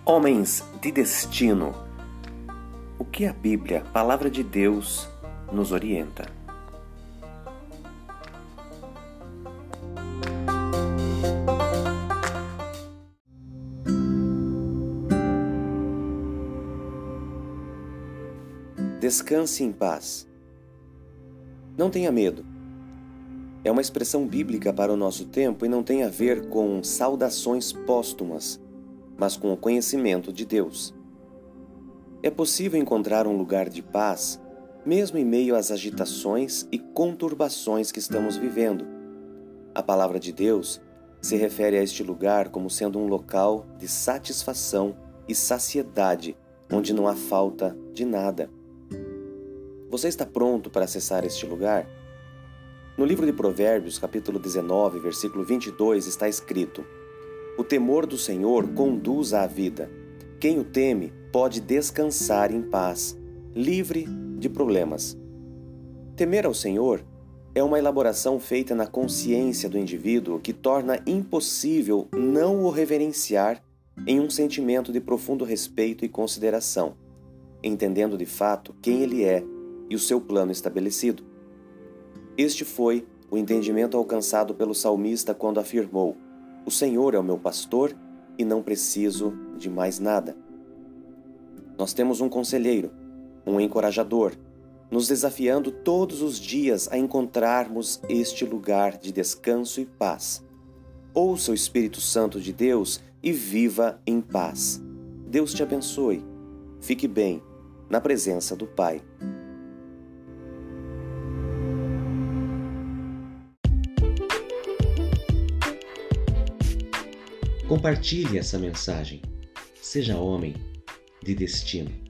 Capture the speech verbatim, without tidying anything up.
Homens de destino. O que a Bíblia, Palavra de Deus, nos orienta? Descanse em paz. Não tenha medo. É uma expressão bíblica para o nosso tempo e não tem a ver com saudações póstumas, mas com o conhecimento de Deus. É possível encontrar um lugar de paz, mesmo em meio às agitações e conturbações que estamos vivendo. A palavra de Deus se refere a este lugar como sendo um local de satisfação e saciedade, onde não há falta de nada. Você está pronto para acessar este lugar? No livro de Provérbios, capítulo dezenove, versículo vinte e dois, está escrito: O temor do Senhor conduz à vida. Quem o teme pode descansar em paz, livre de problemas. Temer ao Senhor é uma elaboração feita na consciência do indivíduo que torna impossível não o reverenciar em um sentimento de profundo respeito e consideração, entendendo de fato quem ele é e o seu plano estabelecido. Este foi o entendimento alcançado pelo salmista quando afirmou: O Senhor é o meu pastor e não preciso de mais nada. Nós temos um conselheiro, um encorajador, nos desafiando todos os dias a encontrarmos este lugar de descanso e paz. Ouça o Espírito Santo de Deus e viva em paz. Deus te abençoe. Fique bem na presença do Pai. Compartilhe essa mensagem. Seja homem de destino.